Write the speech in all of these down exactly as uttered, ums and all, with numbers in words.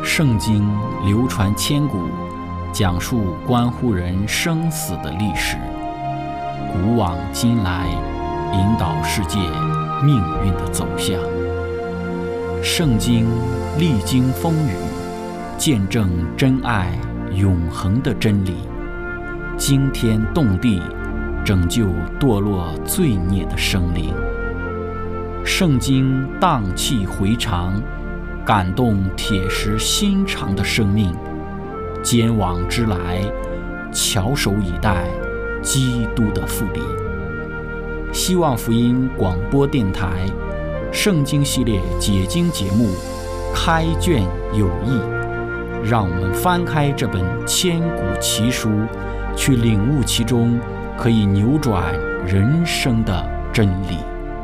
圣经流传千古，讲述关乎人生死的历史，古往今来，引导世界命运的走向。圣经历经风雨，见证真爱永恒的真理，惊天动地，拯救堕落罪孽的生灵。圣经荡气回肠，感动铁石心肠的生命，坚往之来，翘首以待基督的复临。希望福音广播电台圣经系列解经节目开卷有益，让我们翻开这本千古奇书，去领悟其中可以扭转人生的真理。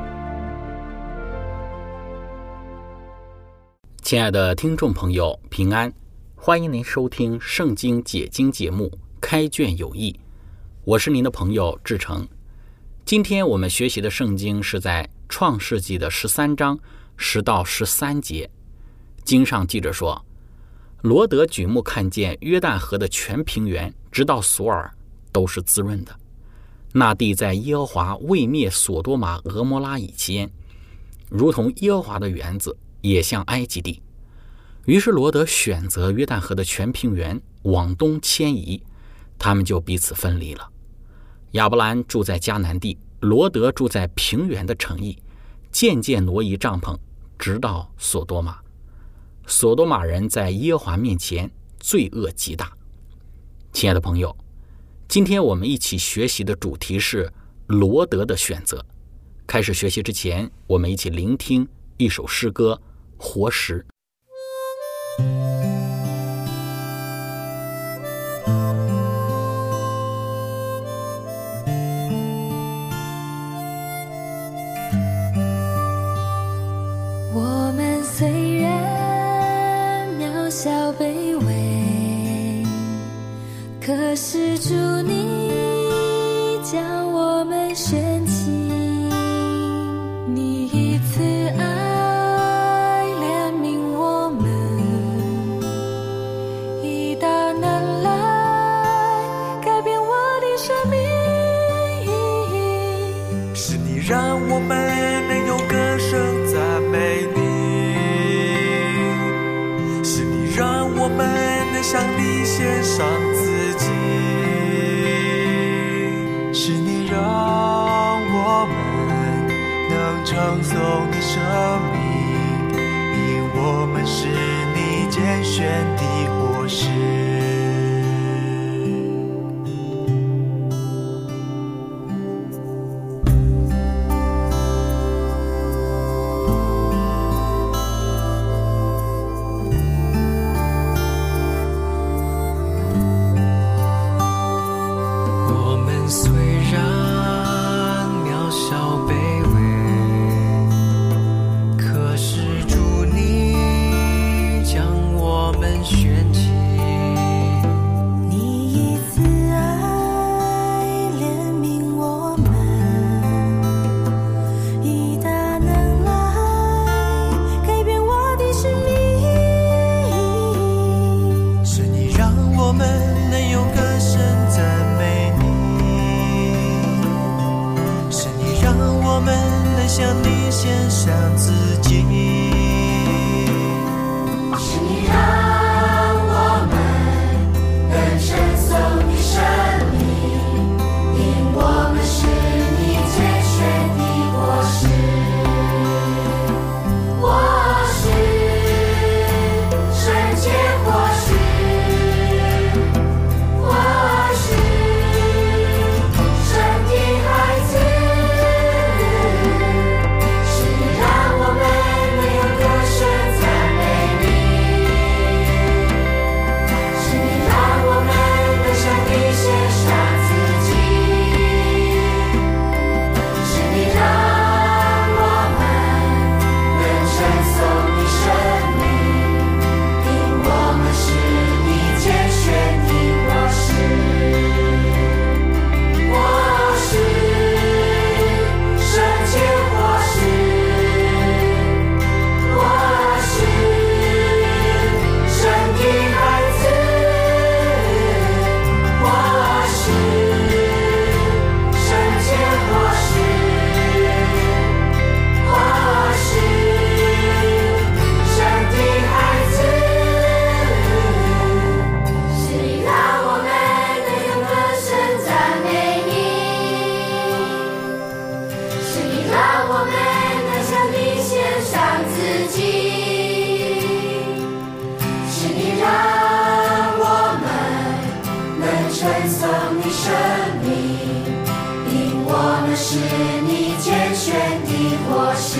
亲爱的听众朋友，平安，欢迎您收听圣经解经节目开卷有益，我是您的朋友志成。今天我们学习的圣经是在创世纪的十三章十到十三节。经上记着说，罗德举目看见约旦河的全平原直到索尔都是滋润的，那地在耶和华未灭索多玛俄摩拉以前，如同耶和华的园子，也像埃及地。于是罗德选择约旦河的全平原往东迁移，他们就彼此分离了。亚伯兰住在迦南地，罗德住在平原的城邑，渐渐挪移帐篷，直到索多玛。索多玛人在耶和华面前罪恶极大。亲爱的朋友，今天我们一起学习的主题是罗德的选择。开始学习之前，我们一起聆听一首诗歌《活石》。 我们虽然渺小卑微，可是主你将我们选起，你一次爱怜悯我们，以大能来改变我的生命， 是你让我们能有歌声赞美你，是你让我们能向你献上自己，是你让我们能称颂你生命，因我们是你拣选的活石。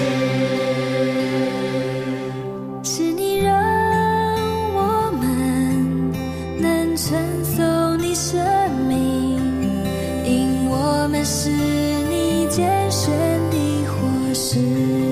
是你让我们能承受你生命，因我们是你拣选的活石。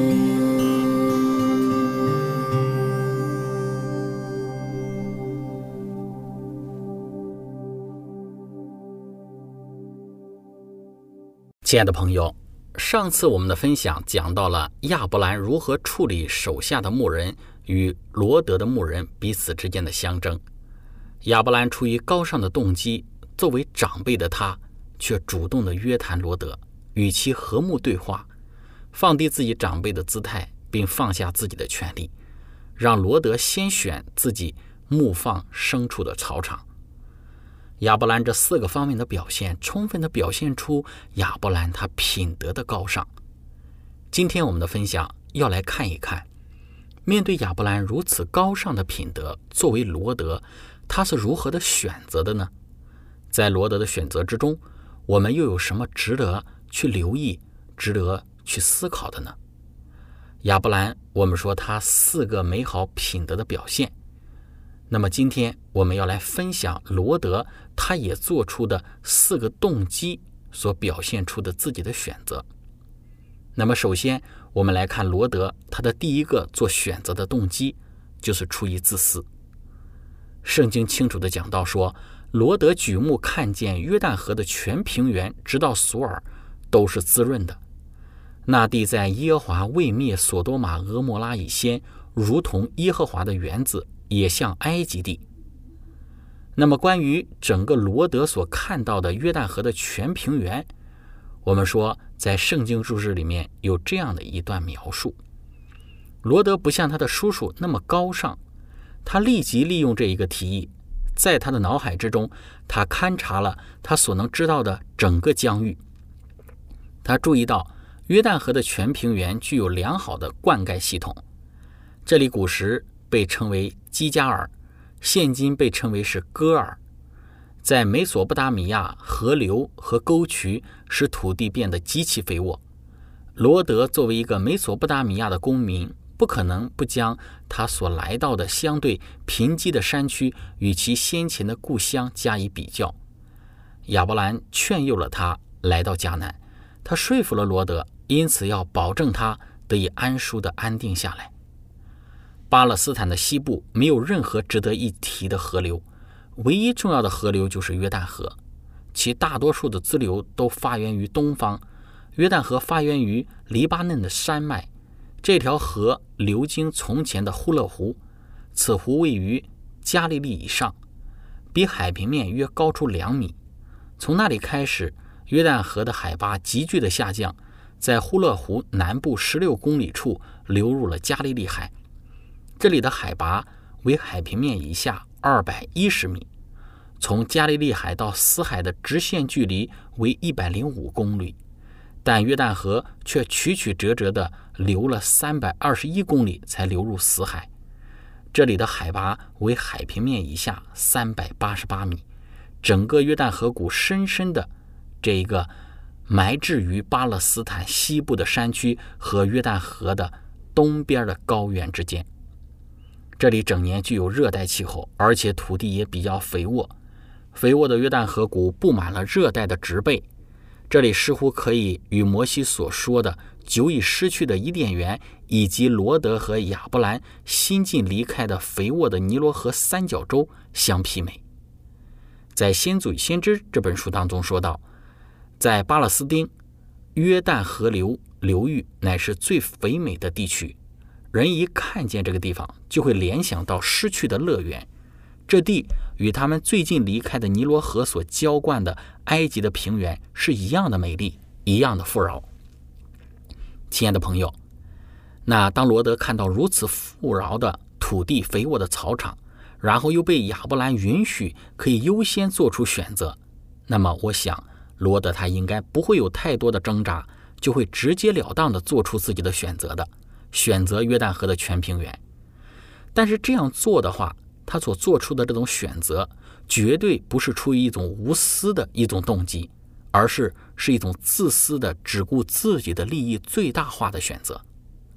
亲爱的朋友，上次我们的分享讲到了亚伯兰如何处理手下的牧人与罗德的牧人彼此之间的相争。亚伯兰出于高尚的动机，作为长辈的他却主动的约谈罗德，与其和睦对话，放低自己长辈的姿态，并放下自己的权利，让罗德先选自己牧放牲畜的草场。亚伯兰这四个方面的表现，充分地表现出亚伯兰他品德的高尚。今天我们的分享要来看一看，面对亚伯兰如此高尚的品德，作为罗德，他是如何的选择的呢？在罗德的选择之中，我们又有什么值得去留意、值得去思考的呢？亚伯兰，我们说他四个美好品德的表现。那么今天我们要来分享罗德他也做出的四个动机所表现出的自己的选择。那么首先我们来看罗德他的第一个做选择的动机，就是出于自私。圣经清楚地讲到说，罗德举目看见约旦河的全平原直到索尔都是滋润的，那地在耶和华未灭所多玛俄摩拉以先，如同耶和华的园子，也像埃及地。那么关于整个罗德所看到的约旦河的全平原，我们说在圣经注释里面有这样的一段描述：罗德不像他的叔叔那么高尚，他立即利用这一个提议，在他的脑海之中，他勘察了他所能知道的整个疆域。他注意到约旦河的全平原具有良好的灌溉系统，这里古时被称为基加尔，现今被称为是戈尔。在美索不达米亚，河流和沟渠使土地变得极其肥沃。罗德作为一个美索不达米亚的公民，不可能不将他所来到的相对贫瘠的山区与其先前的故乡加以比较。亚伯兰劝诱了他来到迦南，他说服了罗德，因此要保证他得以安舒地安定下来。巴勒斯坦的西部没有任何值得一提的河流，唯一重要的河流就是约旦河，其大多数的支流都发源于东方。约旦河发源于黎巴嫩的山脉，这条河流经从前的呼勒湖，此湖位于加利利以上，比海平面约高出两米。从那里开始，约旦河的海拔急剧的下降，在呼勒湖南部十六公里处流入了加利利海，这里的海拔为海平面以下二百一十米，从加利利海到死海的直线距离为一百零五公里，但约旦河却曲曲折折地流了三百二十一公里才流入死海，这里的海拔为海平面以下三百八十八米，整个约旦河谷深深的这一个埋置于巴勒斯坦西部的山区和约旦河的东边的高原之间。这里整年具有热带气候，而且土地也比较肥沃。肥沃的约旦河谷布满了热带的植被，这里似乎可以与摩西所说的久已失去的伊甸园，以及罗德和亚伯兰新近离开的肥沃的尼罗河三角洲相媲美。在《先祖与先知》这本书当中说到，在巴勒斯丁，约旦河流流域乃是最肥美的地区，人一看见这个地方就会联想到失去的乐园。这地与他们最近离开的尼罗河所浇灌的埃及的平原是一样的美丽，一样的富饶。亲爱的朋友，那当罗德看到如此富饶的土地、肥沃的草场，然后又被亚伯兰允许可以优先做出选择，那么我想罗德他应该不会有太多的挣扎，就会直截了当地做出自己的选择的，选择约旦河的全平原。但是这样做的话，他所做出的这种选择绝对不是出于一种无私的一种动机，而是是一种自私的只顾自己的利益最大化的选择。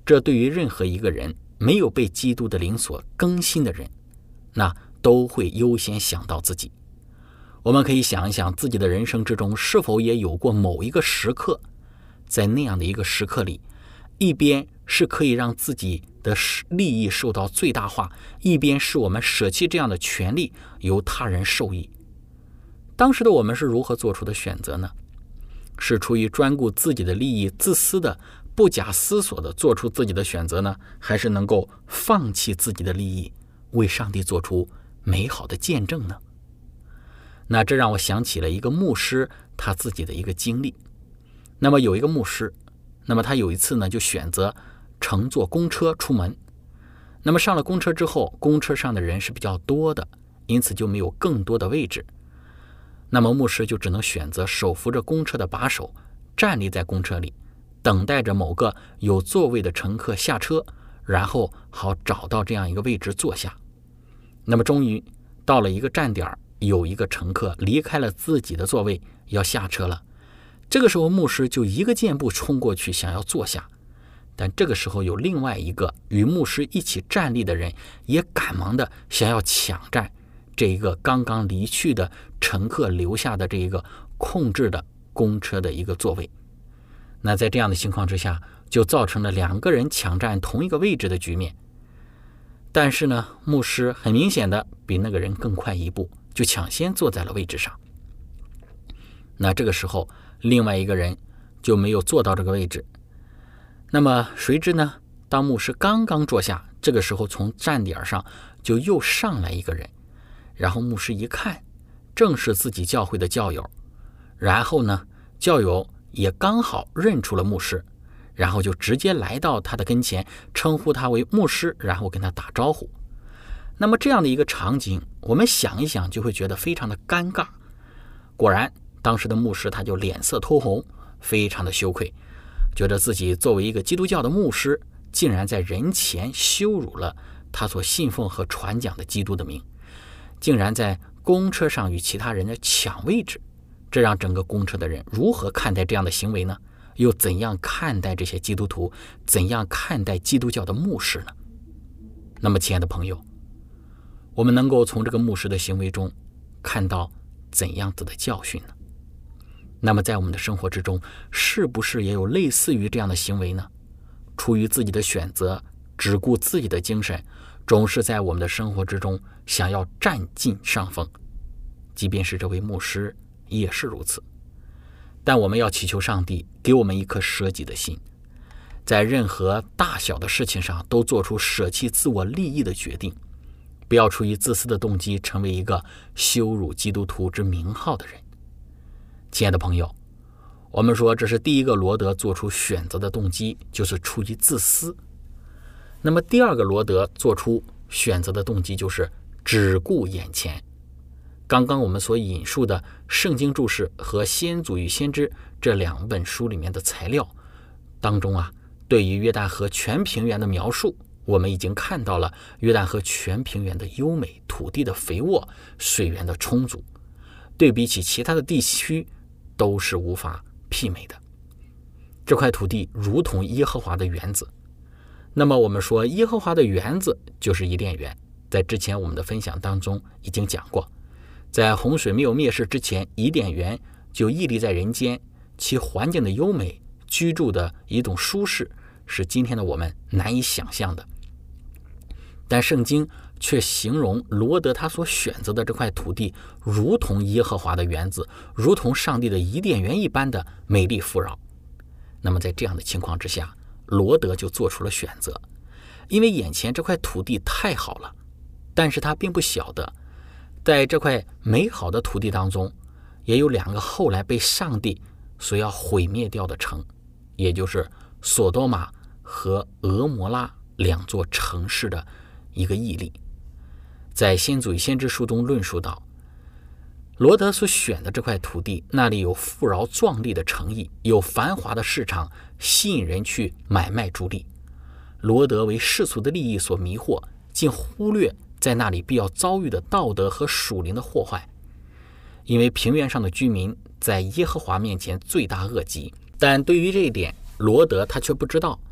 这对于任何一个人没有被基督的灵所更新的人，那都会优先想到自己。我们可以想一想自己的人生之中，是否也有过某一个时刻，在那样的一个时刻里，一边是可以让自己的利益受到最大化，一边是我们舍弃这样的权利由他人受益。当时的我们是如何做出的选择呢？是出于专顾自己的利益，自私的不假思索的做出自己的选择呢，还是能够放弃自己的利益，为上帝做出美好的见证呢？那这让我想起了一个牧师他自己的一个经历。那么有一个牧师，那么他有一次呢就选择乘坐公车出门。那么上了公车之后，公车上的人是比较多的，因此就没有更多的位置。那么牧师就只能选择手扶着公车的把手，站立在公车里，等待着某个有座位的乘客下车，然后好找到这样一个位置坐下。那么终于到了一个站点，有一个乘客离开了自己的座位要下车了。这个时候牧师就一个箭步冲过去想要坐下，但这个时候有另外一个与牧师一起站立的人也赶忙的想要抢占这一个刚刚离去的乘客留下的这一个控制的公车的一个座位。那在这样的情况之下，就造成了两个人抢占同一个位置的局面。但是呢，牧师很明显的比那个人更快一步，就抢先坐在了位置上。那这个时候另外一个人就没有坐到这个位置。那么谁知呢，当牧师刚刚坐下，这个时候从站点上就又上来一个人，然后牧师一看，正是自己教会的教友，然后呢教友也刚好认出了牧师，然后就直接来到他的跟前，称呼他为牧师，然后跟他打招呼。那么这样的一个场景，我们想一想就会觉得非常的尴尬。果然当时的牧师他就脸色通红，非常的羞愧，觉得自己作为一个基督教的牧师，竟然在人前羞辱了他所信奉和传讲的基督的名，竟然在公车上与其他人的抢位置。这让整个公车的人如何看待这样的行为呢？又怎样看待这些基督徒？怎样看待基督教的牧师呢？那么亲爱的朋友，我们能够从这个牧师的行为中看到怎样子的教训呢？那么在我们的生活之中，是不是也有类似于这样的行为呢？出于自己的选择，只顾自己的精神，总是在我们的生活之中想要占尽上风。即便是这位牧师也是如此。但我们要祈求上帝给我们一颗舍己的心，在任何大小的事情上都做出舍弃自我利益的决定，不要出于自私的动机成为一个羞辱基督徒之名号的人。亲爱的朋友，我们说这是第一个罗德做出选择的动机，就是出于自私。那么第二个罗德做出选择的动机就是只顾眼前。刚刚我们所引述的圣经注释和先祖与先知这两本书里面的材料当中啊，对于约旦河全平原的描述，我们已经看到了约旦河全平原的优美，土地的肥沃，水源的充足，对比起其他的地区都是无法媲美的。这块土地如同耶和华的园子。那么我们说耶和华的园子就是伊甸园，在之前我们的分享当中已经讲过，在洪水没有灭世之前，伊甸园就屹立在人间，其环境的优美，居住的一种舒适，是今天的我们难以想象的。但圣经却形容罗德他所选择的这块土地如同耶和华的园子，如同上帝的伊甸园一般的美丽富饶。那么在这样的情况之下，罗德就做出了选择，因为眼前这块土地太好了，但是他并不晓得在这块美好的土地当中，也有两个后来被上帝所要毁灭掉的城，也就是索多玛和俄摩拉两座城市的一个毅力。在先祖与先知书中论述到，罗德所选的这块土地，那里有富饶壮丽的城邑，有繁华的市场，吸引人去买卖逐利。罗德为世俗的利益所迷惑，竟忽略在那里必要遭遇的道德和属灵的祸害。因为平原上的居民在耶和华面前罪大恶极，但对于这一点，罗德他却不知道。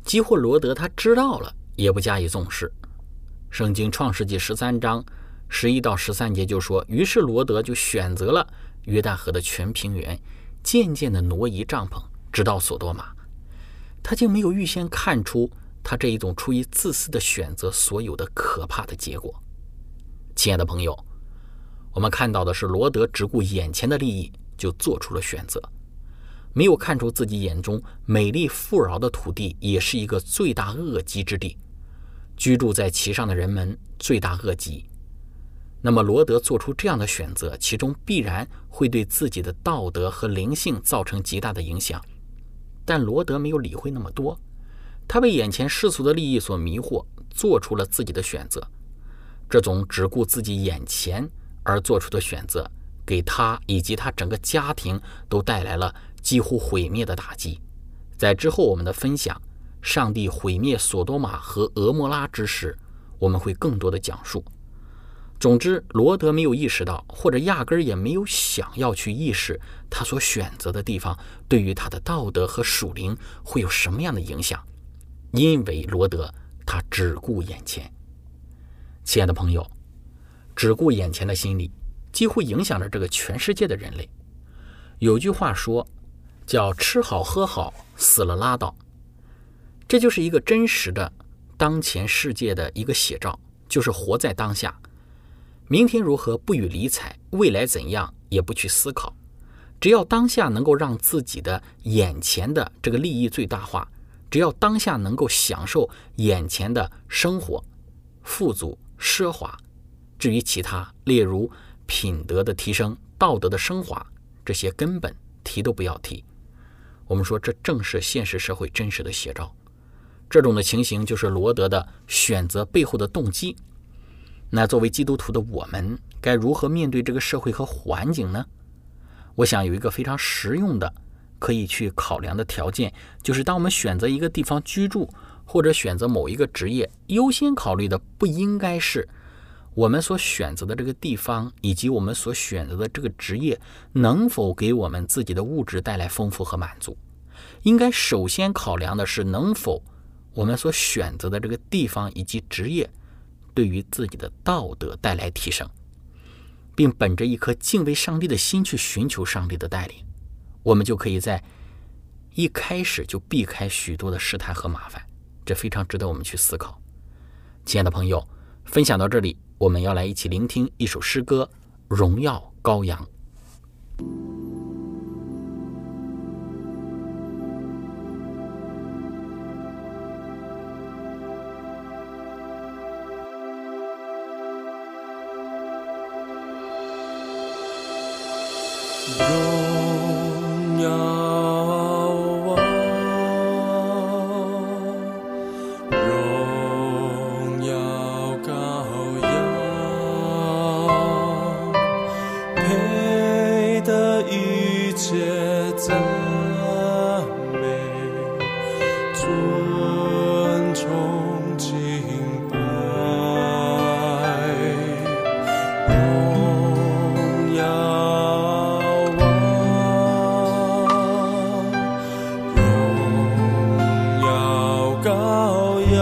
几乎罗德他知道了也不加以重视。圣经创世纪十三章十一到十三节就说，于是罗德就选择了约旦河的全平原，渐渐地挪移帐篷，直到索多玛。他竟没有预先看出他这一种出于自私的选择所有的可怕的结果。亲爱的朋友，我们看到的是罗德只顾眼前的利益就做出了选择，没有看出自己眼中美丽富饶的土地也是一个罪大恶极之地，居住在其上的人们罪大恶极。那么罗德做出这样的选择，其中必然会对自己的道德和灵性造成极大的影响。但罗德没有理会那么多，他被眼前世俗的利益所迷惑，做出了自己的选择。这种只顾自己眼前而做出的选择，给他以及他整个家庭都带来了几乎毁灭的打击。在之后我们的分享上帝毁灭索多玛和俄摩拉之时，我们会更多的讲述。总之，罗德没有意识到，或者压根儿也没有想要去意识他所选择的地方对于他的道德和属灵会有什么样的影响，因为罗德他只顾眼前。亲爱的朋友，只顾眼前的心理几乎影响着这个全世界的人类。有句话说叫吃好喝好，死了拉倒。这就是一个真实的当前世界的一个写照，就是活在当下，明天如何不予理睬，未来怎样也不去思考，只要当下能够让自己的眼前的这个利益最大化，只要当下能够享受眼前的生活富足奢华，至于其他例如品德的提升、道德的升华，这些根本提都不要提。我们说这正是现实社会真实的写照。这种的情形就是罗德的选择背后的动机。那作为基督徒的我们该如何面对这个社会和环境呢？我想有一个非常实用的可以去考量的条件，就是当我们选择一个地方居住或者选择某一个职业，优先考虑的不应该是我们所选择的这个地方以及我们所选择的这个职业能否给我们自己的物质带来丰富和满足，应该首先考量的是能否我们所选择的这个地方以及职业对于自己的道德带来提升，并本着一颗敬畏上帝的心去寻求上帝的带领，我们就可以在一开始就避开许多的试探和麻烦，这非常值得我们去思考。亲爱的朋友，分享到这里，我们要来一起聆听一首诗歌《荣耀羔羊》。 荣耀啊，荣耀羔羊，配得一切赞美，尊崇敬拜。荣耀羔羊，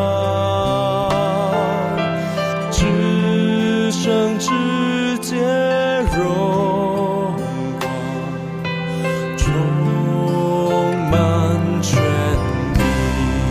至圣至洁荣光，充满全地。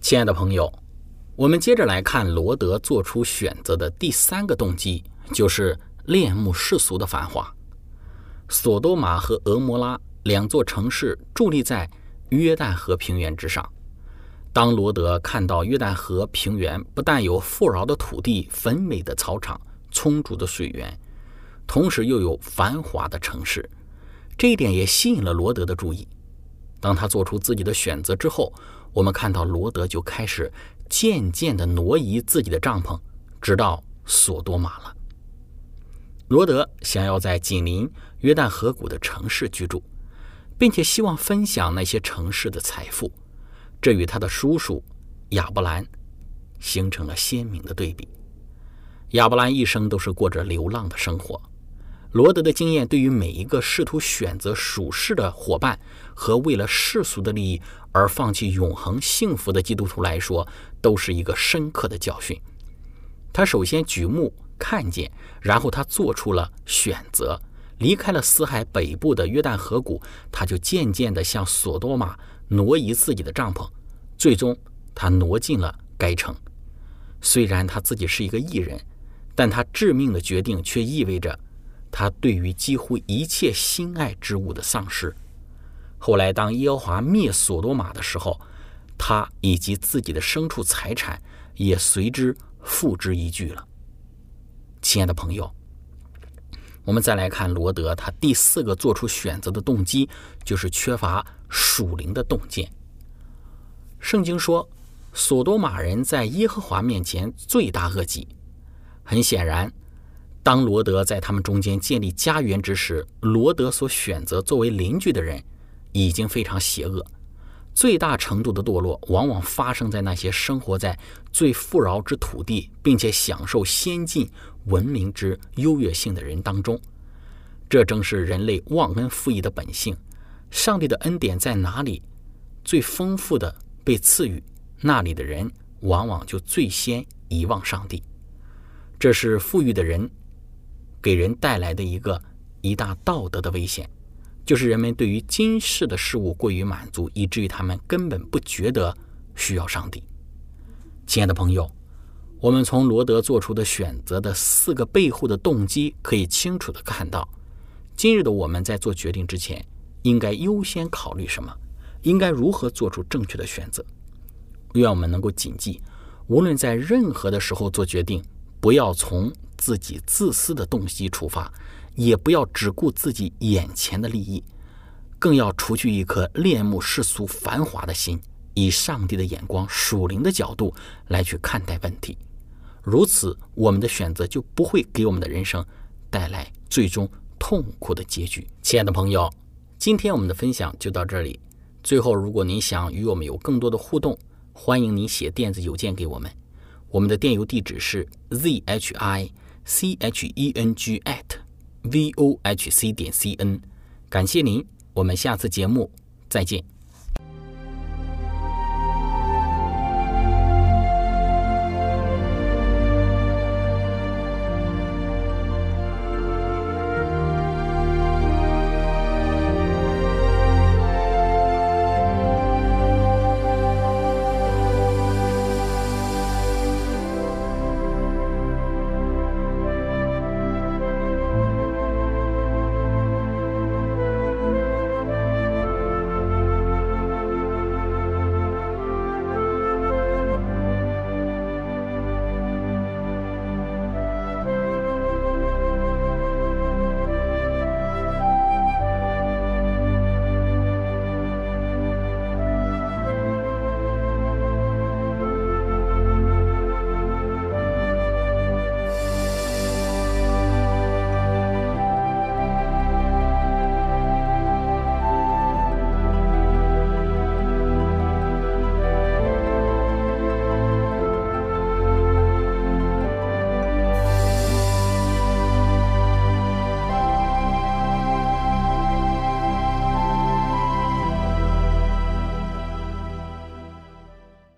亲爱的朋友，我们接着来看罗德做出选择的第三个动机，就是恋慕世俗的繁华。索多玛和俄摩拉两座城市伫立在约旦河平原之上。当罗德看到约旦河平原不但有富饶的土地、肥美的草场、充足的水源，同时又有繁华的城市，这一点也吸引了罗德的注意。当他做出自己的选择之后，我们看到罗德就开始渐渐地挪移自己的帐篷，直到索多玛了。罗德想要在紧邻约旦河谷的城市居住，并且希望分享那些城市的财富，这与他的叔叔亚伯兰形成了鲜明的对比。亚伯兰一生都是过着流浪的生活，罗德的经验对于每一个试图选择属世的伙伴和为了世俗的利益而放弃永恒幸福的基督徒来说，都是一个深刻的教训。他首先举目看见，然后他做出了选择，离开了死海北部的约旦河谷，他就渐渐地向索多玛挪移自己的帐篷，最终他挪进了该城。虽然他自己是一个义人，但他致命的决定却意味着他对于几乎一切心爱之物的丧失。后来当耶和华灭索多玛的时候，他以及自己的牲畜财产也随之付之一炬了。亲爱的朋友，我们再来看罗德，他第四个做出选择的动机就是缺乏属灵的洞见。圣经说，索多玛人在耶和华面前罪大恶极。很显然，当罗德在他们中间建立家园之时，罗德所选择作为邻居的人已经非常邪恶。最大程度的堕落往往发生在那些生活在最富饶之土地并且享受先进文明之优越性的人当中。这正是人类忘恩负义的本性。上帝的恩典在哪里最丰富的被赐予，那里的人往往就最先遗忘上帝。这是富裕的人给人带来的一个一大道德的危险，就是人们对于今世的事物过于满足，以至于他们根本不觉得需要上帝。亲爱的朋友，我们从罗德做出的选择的四个背后的动机可以清楚地看到，今日的我们在做决定之前应该优先考虑什么，应该如何做出正确的选择。愿我们能够谨记，无论在任何的时候做决定，不要从自己自私的动机出发，也不要只顾自己眼前的利益，更要除去一颗恋慕世俗繁华的心，以上帝的眼光、属灵的角度来去看待问题。如此，我们的选择就不会给我们的人生带来最终痛苦的结局。亲爱的朋友，今天我们的分享就到这里。最后，如果您想与我们有更多的互动，欢迎您写电子邮件给我们。我们的电邮地址是 z h i c h e n g at v o h c 点 c n。感谢您，我们下次节目再见。